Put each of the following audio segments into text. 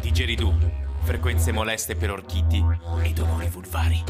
Didgeridoo, frequenze moleste per orchiti e dolori vulvari.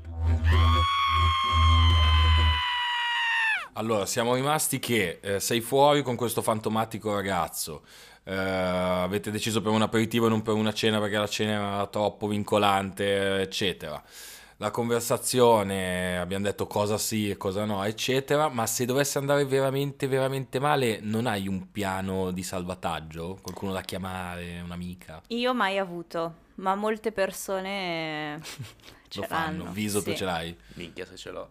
Allora, siamo rimasti che sei fuori con questo fantomatico ragazzo, avete deciso per un aperitivo e non per una cena perché la cena era troppo vincolante, eccetera. La conversazione, abbiamo detto cosa sì e cosa no, eccetera, ma se dovesse andare veramente, veramente male, non hai un piano di salvataggio? Qualcuno da chiamare, un'amica? Io mai avuto, ma molte persone Lo ce fanno, l'hanno. Viso tu sì. ce l'hai? Minchia se ce l'ho.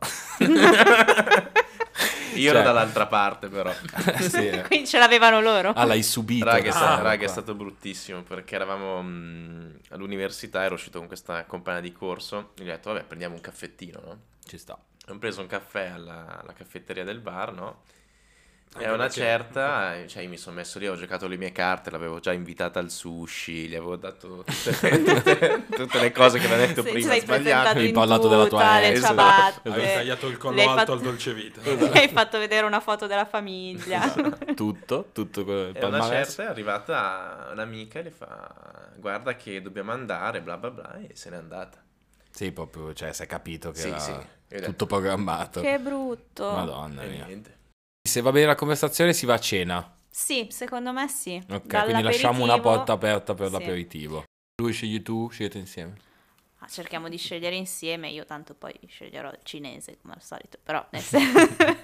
Io ero dall'altra parte però. Sì. Quindi ce l'avevano loro. Ah, l'hai subito. Raga, è qua. stato bruttissimo perché eravamo all'università, ero uscito con questa compagna di corso e gli ho detto vabbè prendiamo un caffettino, no? Ci sta. Ho preso un caffè alla caffetteria del bar, no? E Anche a una perché- certa, cioè io mi sono messo lì, ho giocato le mie carte, l'avevo già invitata al sushi, gli avevo dato tutte le cose che mi ha detto Sì, prima ci sei sbagliate. presentato Hai in parlato della tua tuta, le ex. ciabatte. Avevi tagliato il collo Le hai alto fatto- al dolce vita. Le hai fatto vedere una foto della famiglia. Tutto il E a una palmarès. certa è arrivata un'amica e le fa guarda che dobbiamo andare, bla bla bla, e se n'è andata. Sì, proprio, cioè, si è capito che Sì, era sì. Io ho detto, tutto programmato. Che brutto. Madonna e mia. niente. Se va bene la conversazione si va a cena. Sì, secondo me sì. Ok, quindi lasciamo una porta aperta per Sì. l'aperitivo. Lui scegli tu, scegliete insieme. Ah, cerchiamo di scegliere insieme, io tanto poi sceglierò il cinese come al solito, però nel senso...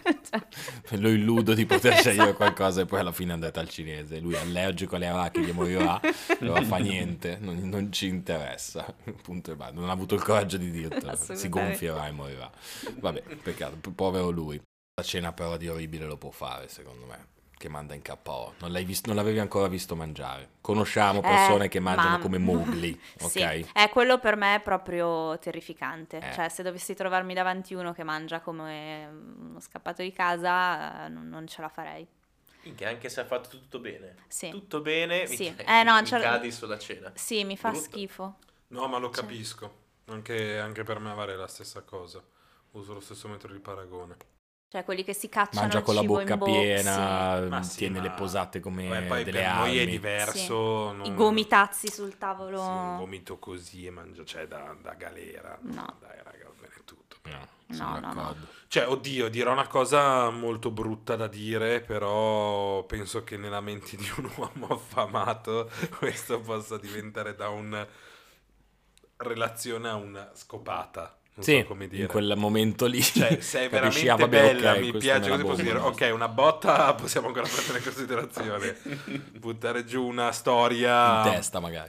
cioè, Lo illudo di poter Esatto. scegliere qualcosa e poi alla fine andate al cinese. Lui è allergico alle arachidi, morirà, però fa niente, non ci interessa. Punto e basta. Non ha avuto il coraggio di dirtelo. Si Assolutamente. gonfierà e morirà. Vabbè, peccato, povero lui. La cena però di orribile lo può fare, secondo me. Che manda in KO. Non l'avevi ancora visto mangiare. Conosciamo persone che mangiano ma- come Mowgli, Sì, ok? quello per me è proprio terrificante. Eh. Cioè, se dovessi trovarmi davanti uno che mangia come uno scappato di casa, non ce la farei. Minchia, anche se ha fatto tutto bene. Sì. Tutto bene, Sì. mi Cioè- cadi sulla cena. Sì, mi fa Brutto. schifo. No, ma lo Cioè. capisco. Anche per me vale la stessa cosa. Uso lo stesso metodo di paragone. Cioè, quelli che si cacciano Mangia il con la cibo bocca in bocca. piena, Ma sì, tiene ma- le posate come Vabbè, poi delle per noi è armi. diverso. Sì. non- I gomitazzi sul tavolo. Sì, un gomito così e mangia, cioè da galera. No. Dai, raga, va bene tutto. No, No, sono no, no. d'accordo. Cioè, oddio, dirò una cosa molto brutta da dire, però penso che nella mente di un uomo affamato questo possa diventare da una relazione a una scopata. Non Sì, so come dire. in quel momento lì. Cioè, sei capisci, veramente ah, vabbè, bella, ok, mi questo piace me la così, posso dire, bombo. ok, una botta possiamo ancora prendere in considerazione. Buttare giù una storia... In testa magari.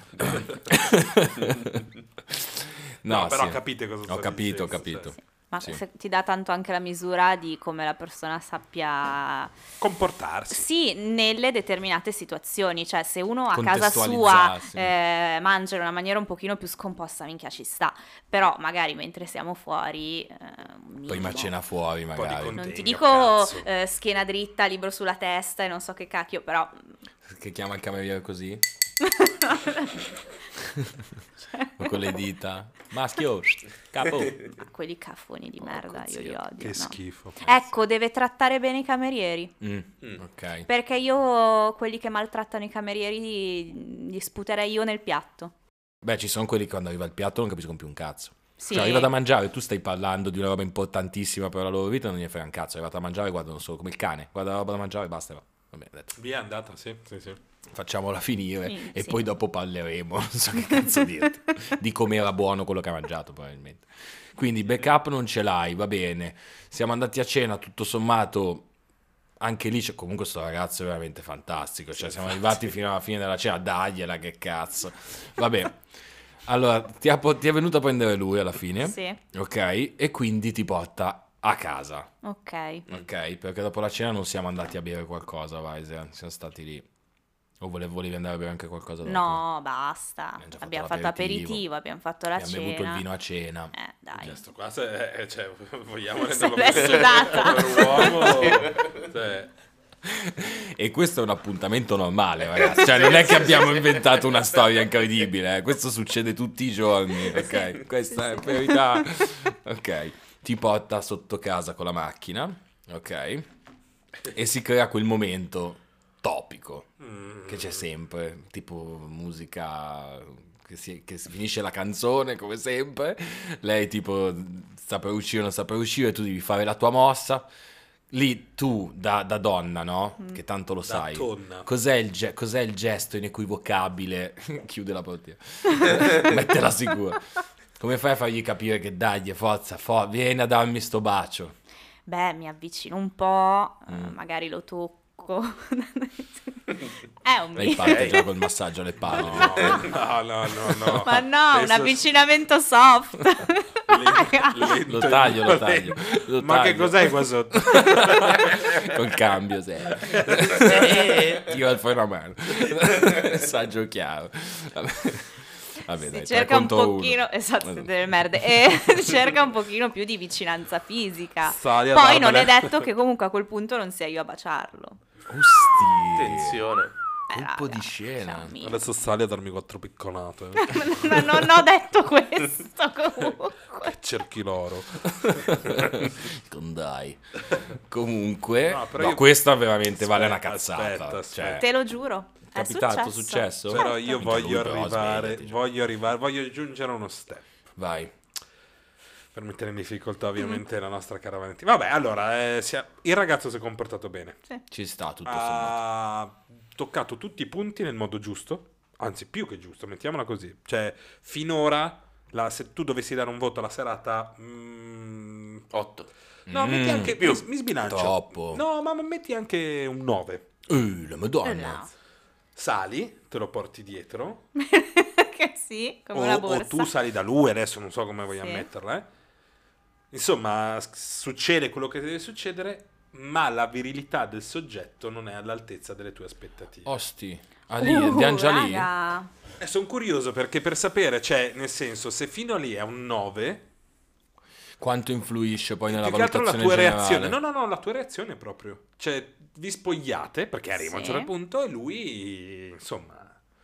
No, però sì. capite cosa sto Ho capito, dicendo, ho capito. cioè. Ma Sì. ti dà tanto anche la misura di come la persona sappia... Comportarsi. Sì, nelle determinate situazioni, cioè se uno a casa sua Contestualizzarsi. mangia in una maniera un pochino più scomposta, minchia ci sta, però magari mentre siamo fuori, un Prima minimo. cena fuori po' di magari. contegno, Non ti dico cazzo. schiena dritta, libro sulla testa e non so che cacchio, però... Che chiama il cameriere così? O con le dita. Maschio, capo. Quelli caffoni di merda, io li odio. Che no. schifo. Ecco, deve trattare bene i camerieri. Ok. Perché io quelli che maltrattano i camerieri li sputerei io nel piatto. Beh, ci sono quelli che quando arriva il piatto non capiscono più un cazzo. Sì. Cioè, arriva da mangiare, tu stai parlando di una roba importantissima per la loro vita e non gli frega un cazzo. È arrivata a mangiare, guardano solo come il cane. Guarda la roba da mangiare e basta. Vabbè, detto. Via è andata, sì, sì, sì. Facciamola finire Sì, e sì. poi dopo parleremo. Non so che cazzo dirti. Di come era buono quello che ha mangiato, probabilmente. Quindi backup non ce l'hai, va bene. Siamo andati a cena, tutto sommato. Anche lì c'è comunque sto ragazzo è veramente fantastico. Cioè, siamo arrivati fino alla fine della cena. Dagliela, che cazzo. Vabbè. Allora, ti è venuto a prendere lui alla fine. Sì, Ok? E quindi ti porta a casa. ok. Ok? Perché dopo la cena non siamo andati a bere qualcosa, Weiser. Siamo stati lì. O volevi andare a bere anche qualcosa dopo? No, basta. Abbiamo già fatto Abbiamo fatto l'aperitivo. aperitivo, abbiamo fatto la Abbiamo cena. bevuto il vino a cena. Dai. Questo qua, cioè, vogliamo Se renderlo l'è sudata. per uomo, cioè, E questo è un appuntamento normale, ragazzi. Cioè, non è che abbiamo inventato una storia incredibile. Questo succede tutti i giorni, ok? Questa è la verità. Ok. Ti porta sotto casa con la macchina, ok? E si crea quel momento topico. che c'è sempre, tipo musica che si finisce la canzone come sempre, lei tipo sta per uscire, non sta per uscire, tu devi fare la tua mossa. Lì tu, da donna, no? Che tanto lo sai. tonna. Cos'è il gesto inequivocabile? Chiude la portiera. Mettela sicura. Come fai a fargli capire che dai, forza, vieni a darmi sto bacio? Beh, mi avvicino un po', magari lo tocco. È un Lei parte già col massaggio alle palle. No. Ma no, un Adesso avvicinamento soft. lento Lo taglio. Ma che cos'è qua sotto? Col cambio, serio. Tiro al freno a mano. Messaggio chiaro. Vabbè, dai, Cerca un 3 contro pochino, 1. esatto, delle merde, e cerca un pochino più di vicinanza fisica. Sali a Poi non è darmene. detto che comunque a quel punto non sia io a baciarlo. Osti. Attenzione. Colpo Raga, di scena. sciammi. Adesso sali a darmi 4 picconate. Ma non ho detto questo comunque. Cerchi l'oro. Dai. Comunque, No, però no, io- questa veramente vale una Aspetta, cazzata. aspetta. Te lo giuro. È capitato, successo? Però io Mica voglio lui, però, arrivare, svegliati, voglio aggiungere uno step. Vai. Per mettere in difficoltà ovviamente la nostra cara Valentina. Vabbè, allora, il ragazzo si è comportato bene. Ci sta tutto sommato. Ha toccato tutti i punti nel modo giusto, anzi più che giusto, mettiamola così. Cioè, finora, se tu dovessi dare un voto alla serata... 8. no, metti anche... più. Mi sbilancio. Troppo. No, ma metti anche un 9. La madonna. No. Sali, te lo porti dietro, Che sì, come una o borsa. tu sali da lui, adesso non so come vogliamo Sì. metterla, Insomma, succede quello che deve succedere, ma la virilità del soggetto non è all'altezza delle tue aspettative. Osti. Andiamo già lì? Raga. E sono curioso perché per sapere, cioè, nel senso, se fino a lì è un 9, Quanto influisce poi nella più che altro la valutazione tua generale? reazione. No, la tua reazione proprio. Cioè, vi spogliate, perché arriva a un Sì. certo punto, e lui, insomma...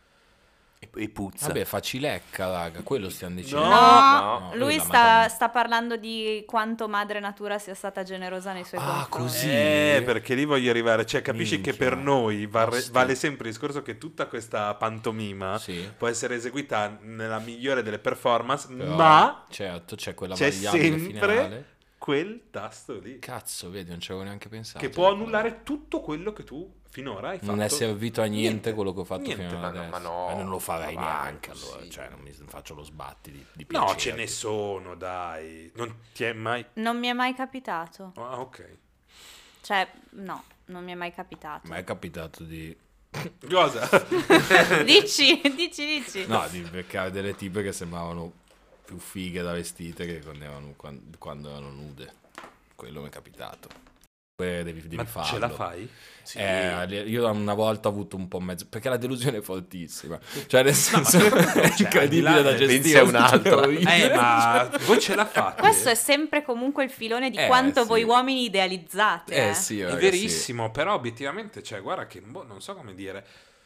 E puzza. Vabbè, facilecca, raga, quello stiamo dicendo. No, no, lui la Madonna. sta parlando di quanto madre natura sia stata generosa nei suoi confronti. così? Perché lì voglio arrivare. Cioè, capisci Minchia. che per noi Osti. vale sempre il discorso che tutta questa pantomima Sì. può essere eseguita nella migliore delle performance, Però, ma certo, c'è quella c'è variabile sempre finale. quel tasto lì Cazzo, vedi, non ci avevo neanche pensato. che può annullare tutto quello che tu finora hai fatto. Non è servito a niente quello che ho fatto Niente, fino ma ad no, adesso. ma no, non lo farei ma vai, neanche allora, sì. cioè non mi faccio lo sbatti di No, piacere. ce ne sono, dai. Non ti è mai... Non mi è mai capitato. Ah, ok. Cioè, no, non mi è mai capitato. Ma è capitato di Cosa? Dici. no, di beccare delle tipe che sembravano più fighe da vestite che quando erano nude. Quello mi è capitato. Poi devi Ma farlo. ce la fai? Sì. Io una volta ho avuto un po' mezzo perché la delusione è fortissima, cioè nel senso è incredibile da Vince gestire è un'altra. Ma voi ce la fate? Questo è sempre comunque il filone di Eh, quanto sì. voi uomini idealizzate. sì, È raga, verissimo, però obiettivamente, cioè, guarda che, non so come dire,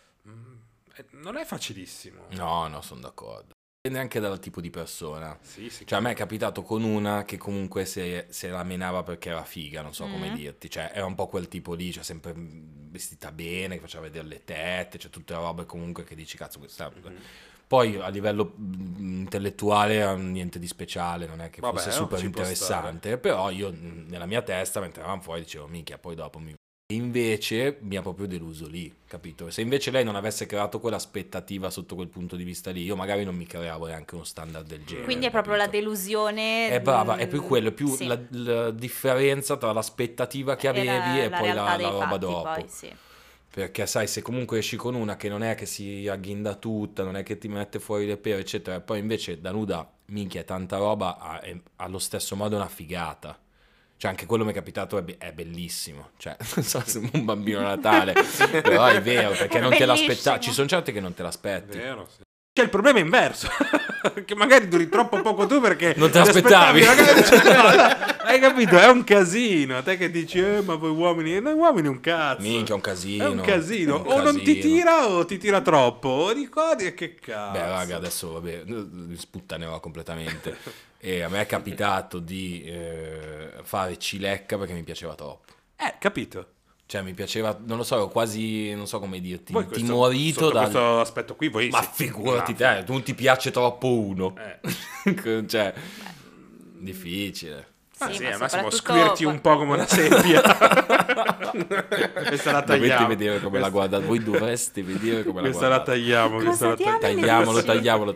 non è facilissimo. sì. No, sono d'accordo. Dipende anche dal tipo di persona. Sì. Cioè a me è capitato con una che comunque se la menava perché era figa, non so come Mm. dirti, cioè era un po' quel tipo lì, cioè sempre vestita bene, che faceva vedere le tette, cioè tutte robe comunque che dici cazzo questa... Poi a livello intellettuale era niente di speciale, non è che Vabbè, fosse super ci può interessante, però io nella mia testa mentre eravamo fuori dicevo minchia, poi dopo mi... E invece mi ha proprio deluso lì, capito? Se invece lei non avesse creato quell'aspettativa sotto quel punto di vista lì, io magari non mi creavo neanche uno standard del genere. Quindi è proprio la capito? delusione. È brava, è più quello, è più sì. la differenza tra l'aspettativa che avevi e poi realtà la dei roba fatti, dopo. poi, sì. Perché sai, se comunque esci con una che non è che si agghinda tutta, non è che ti mette fuori le pere, eccetera, e poi invece da nuda, minchia, è tanta roba, allo stesso modo è una figata. Cioè anche quello mi è capitato, è bellissimo. Cioè, non so se un bambino a Natale, però è vero, perché non te Bellissimo. l'aspettavi. Ci sono certe che non te l'aspetti. Vero, sì. C'è il problema inverso, che magari duri troppo poco tu perché Non te l'aspettavi. magari- hai capito? È un casino. A te che dici, ma voi uomini, noi uomini un cazzo. Minchia, è un casino. È un casino. Un O non ti casino. tira o ti tira troppo. O ricordi e che cazzo. Beh, raga, adesso vabbè, sputtanerò completamente. E a me è capitato di fare cilecca perché mi piaceva troppo. Capito. Cioè, mi piaceva, non lo so, ero quasi, non so come dirti, Voi intimorito sotto dal... questo aspetto qui voi Ma siete- figurati no. te, non ti piace troppo uno. Cioè, difficile. Ah, Sì, sì, ma al massimo soprattutto squirti un po' come una seppia. Questa la Dovete tagliamo. vedere come la guardate. Voi dovreste vedere come la Questa la guardate. tagliamo. Questa la Cosa tagliamo. Tagliamolo.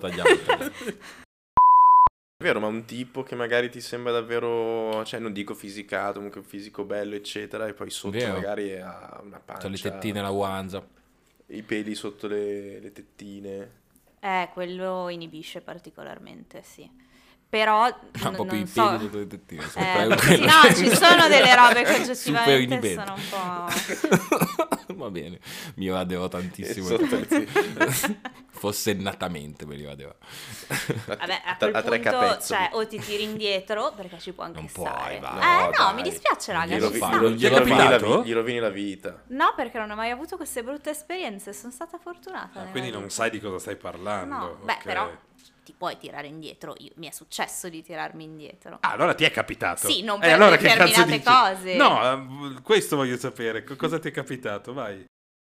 È vero, ma un tipo che magari ti sembra davvero, cioè non dico fisicato, comunque un fisico bello, eccetera, e poi sotto Vero. magari ha una pancia, C'ha le tettine alla guanza. i peli sotto le tettine. quello inibisce particolarmente, sì. Però Ah, proprio non i so. peli sotto le tettine. Sì, no, ci sono delle robe che Super oggettivamente inibente. sono un po'... Va bene, mi raderò tantissimo. E sotto, sì. Forsennatamente me li raderò. Vabbè, a quel a tre punto, capezzoli. cioè, o ti tiri indietro, perché ci può anche Non puoi, stare. va. No, No, mi dai. dispiace, raga, Glielo ci fai, sta. non Ti è glielo fai. capitato? Gli rovini la vita. No, perché non ho mai avuto queste brutte esperienze, sono stata fortunata. nella Quindi non vita. sai di cosa stai parlando. No, beh, ok. però ti puoi tirare indietro. Mi è successo di tirarmi indietro. Ah, allora ti è capitato. Sì, non per allora che cazzo determinate dici? cose. No, questo voglio sapere. Cosa ti è capitato? Vai.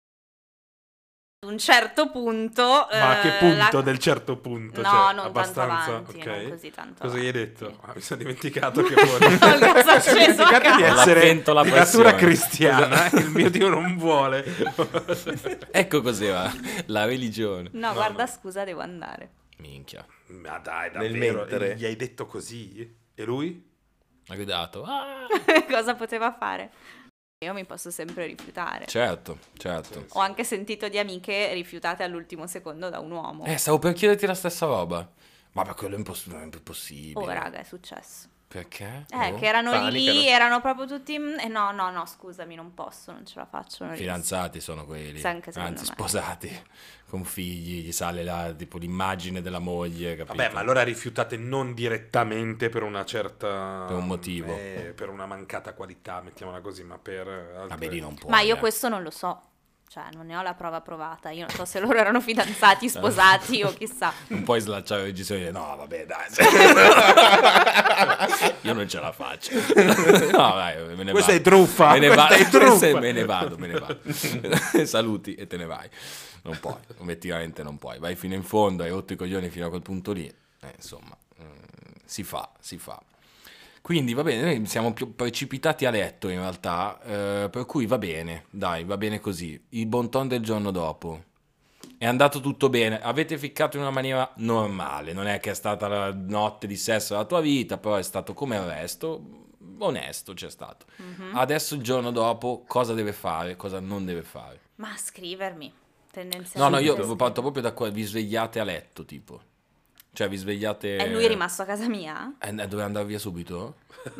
Ad un certo punto... Ma a che punto del certo punto? No, Cioè, non abbastanza, tanto avanti, ok. non così tanto Cosa gli hai avanti. detto? Ah, mi sono dimenticato che fuori. Cosa è successo a dimenticato di casa? essere L'attento alla di natura pressione. cristiana. Il mio Dio non vuole. Ecco cos'era la religione. No, guarda, scusa, devo andare. Minchia. Ma dai, Nel davvero? mentre. Gli hai detto così? E lui? Ha gridato. Ah! Cosa poteva fare? Io mi posso sempre rifiutare. Certo. Ho anche sentito di amiche rifiutate all'ultimo secondo da un uomo. Stavo per chiederti la stessa roba. Ma per quello è impossibile. Oh, raga, è successo. Perché? Che erano panicano. lì, erano proprio tutti... no, scusami, non posso, non ce la faccio. Non riesco. Fidanzati sono quelli. Sì, anche secondo Anzi, me. sposati. Con figli. Gli sale tipo l'immagine della moglie, capito? Vabbè, ma allora rifiutate non direttamente per una certa... Per un motivo. Per una mancata qualità, mettiamola così, ma per altre... Vabbè, lì non puoi. Ma io questo non lo so. Cioè, non ne ho la prova provata. Io non so se loro erano fidanzati, sposati o chissà. Non puoi slacciare la registrazione e dire, no, vabbè, dai. Io non ce la faccio. No, dai, me ne Questa vado. è truffa, Me ne questa vado. è truffa. Me ne vado. Saluti e te ne vai. Non puoi, obiettivamente non puoi. Vai fino in fondo, hai rotto i coglioni fino a quel punto lì. Insomma, si fa. Quindi va bene, noi siamo più precipitati a letto in realtà, per cui va bene, dai, va bene così. Il bon ton del giorno dopo. È andato tutto bene, avete ficcato in una maniera normale, non è che è stata la notte di sesso della tua vita, però è stato come il resto, onesto c'è stato. Adesso il giorno dopo cosa deve fare, cosa non deve fare. Ma scrivermi, No, tendenzialmente. io parto proprio da qua, vi svegliate a letto tipo. Cioè vi svegliate... È lui rimasto a casa mia? Doveva andare via subito? Ma,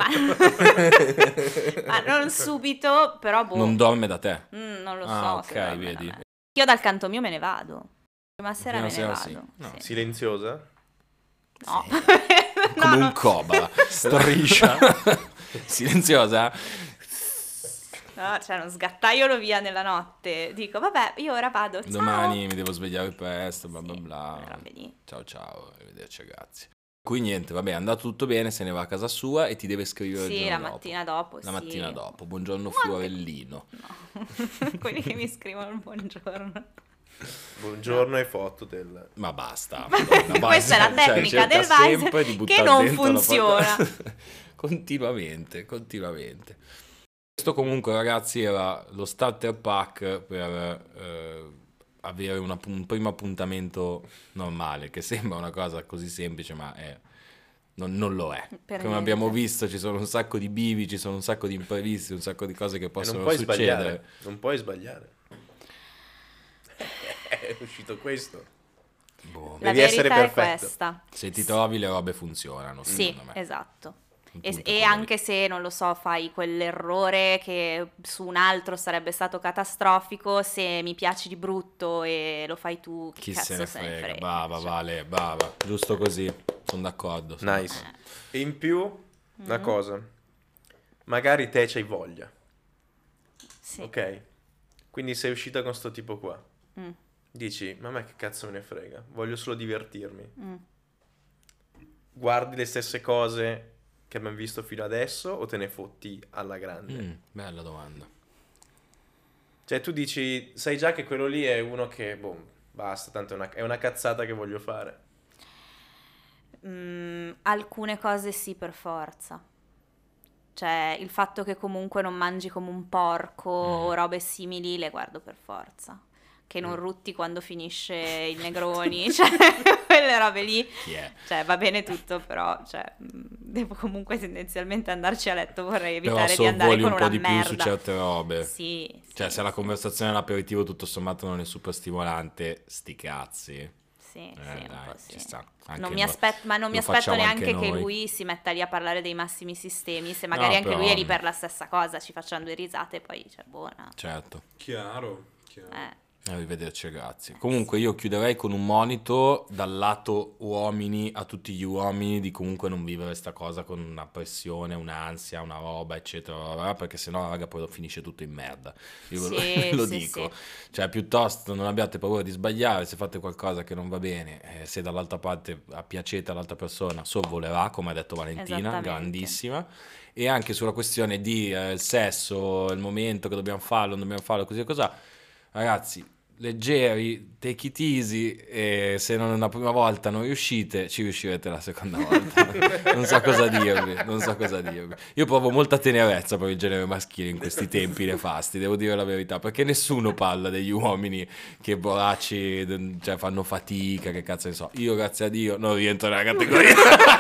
ma non subito, però boh. Non dorme da te? Non lo so. Ah, se ok, dorme da vedi. me. Io dal canto mio me ne vado. Prima sera Prima me sera ne sì. vado. No. Sì. Silenziosa? No. Come No, un cobra. Striscia. Silenziosa? no, c'era uno sgattaiolo via nella notte. Dico, vabbè, io ora vado. Ciao. Domani mi devo svegliare presto, bla bla Sì, bla. quelle robe lì. Ciao, arrivederci ragazzi. Qui niente, vabbè, è andato tutto bene, se ne va a casa sua e ti deve scrivere il Sì, giorno la dopo. mattina dopo. La sì. mattina dopo. Buongiorno Fiorellino. No. Quelli che mi scrivono il buongiorno. Buongiorno e foto del... Ma basta. Madonna, Questa è la basta. tecnica cerca del Vice sempre di che buttare non dentro la funziona. foto. Continuamente. Questo comunque ragazzi era lo starter pack per avere un primo appuntamento normale, che sembra una cosa così semplice ma non lo è. Per Come niente. abbiamo visto ci sono un sacco di bivi, ci sono un sacco di imprevisti, un sacco di cose che E possono non puoi succedere. sbagliare. Non puoi sbagliare. È uscito questo. Boh. La Devi essere verità è perfetto. questa. Se ti trovi le robe funzionano, Sì, secondo me. esatto. Un E, punto e quello anche se, non lo so, fai quell'errore che su un altro sarebbe stato catastrofico, se mi piaci di brutto e lo fai tu, che Chi cazzo se ne frega, Cioè, brava, Vale, brava, giusto così, sono d'accordo. sono Nice. E in più, una cosa. Magari te c'hai voglia, sì. ok? Quindi sei uscita con sto tipo qua. Mm. Dici, ma a me che cazzo me ne frega? Voglio solo divertirmi. Mm. Guardi le stesse cose che abbiamo visto fino adesso o te ne fotti alla grande? Bella domanda. Cioè tu dici, sai già che quello lì è uno che, boh, basta, tanto è una cazzata che voglio fare. Alcune cose sì, per forza. Cioè, il fatto che comunque non mangi come un porco o robe simili, le guardo per forza. Che non rutti quando finisce il Negroni, cioè, quelle robe lì. Chi è? Cioè, va bene tutto, però, cioè, devo comunque tendenzialmente andarci a letto, vorrei Però evitare di andare sorvoli con un una po' di più merda. su certe robe. Sì, Cioè, sì, se la sì, conversazione all'aperitivo tutto sommato non è super stimolante, sti cazzi. sì, sì, un Dai, po' ci sì. sta. Anche Non mi noi- aspetto, ma non mi lo aspetto facciamo anche neanche che noi. lui si metta lì a parlare dei massimi sistemi, se magari anche però- lui è lì per la stessa cosa, ci facciamo due risate e poi c'è buona. Certo. Chiaro. Arrivederci ragazzi. Comunque io chiuderei con un monito dal lato uomini a tutti gli uomini di comunque non vivere sta cosa con una pressione, un'ansia, una roba eccetera, perché sennò raga poi finisce tutto in merda. Io Sì, lo sì, dico. sì. Cioè piuttosto non abbiate paura di sbagliare, se fate qualcosa che non va bene, se dall'altra parte piacete all'altra persona, sorvolerà, come ha detto Valentina, Esattamente. grandissima. E anche sulla questione di il sesso, il momento che dobbiamo farlo, non dobbiamo farlo, così e così. Ragazzi, leggeri, take it easy, e se non la prima volta non riuscite, ci riuscirete la seconda volta. Non so cosa dirvi. Io provo molta tenerezza per il genere maschile in questi tempi nefasti, devo dire la verità, perché nessuno parla degli uomini che borracci, cioè fanno fatica, che cazzo ne so. Io, grazie a Dio, non rientro nella categoria.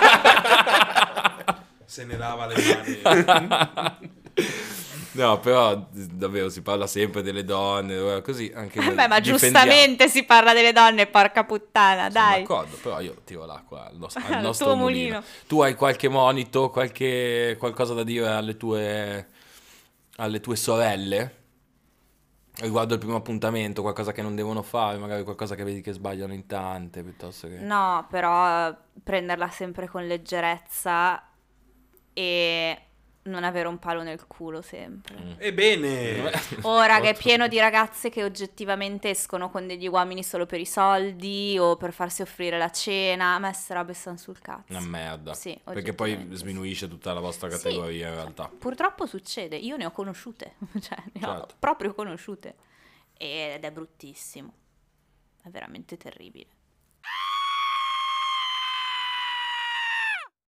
Se ne lava le mani. No, però davvero si parla sempre delle donne, così anche noi Beh, ma difendiamo. giustamente si parla delle donne, porca puttana, Sono dai. d'accordo, però io tiro l'acqua al nostro Al nostro tuo mulino. mulino. Tu hai qualche monito, qualcosa da dire alle tue sorelle? Riguardo il primo appuntamento, qualcosa che non devono fare, magari qualcosa che vedi che sbagliano in tante, piuttosto che... No, però prenderla sempre con leggerezza e non avere un palo nel culo sempre. Ebbene, Ora che è pieno di ragazze che oggettivamente escono con degli uomini solo per i soldi o per farsi offrire la cena, a me queste robe stanno sul cazzo. Una merda. Sì, perché poi oggettivamente, sminuisce tutta la vostra Sì. categoria in realtà. Purtroppo succede, io ne ho conosciute, cioè ne ho Certo. proprio conosciute ed è bruttissimo, è veramente terribile.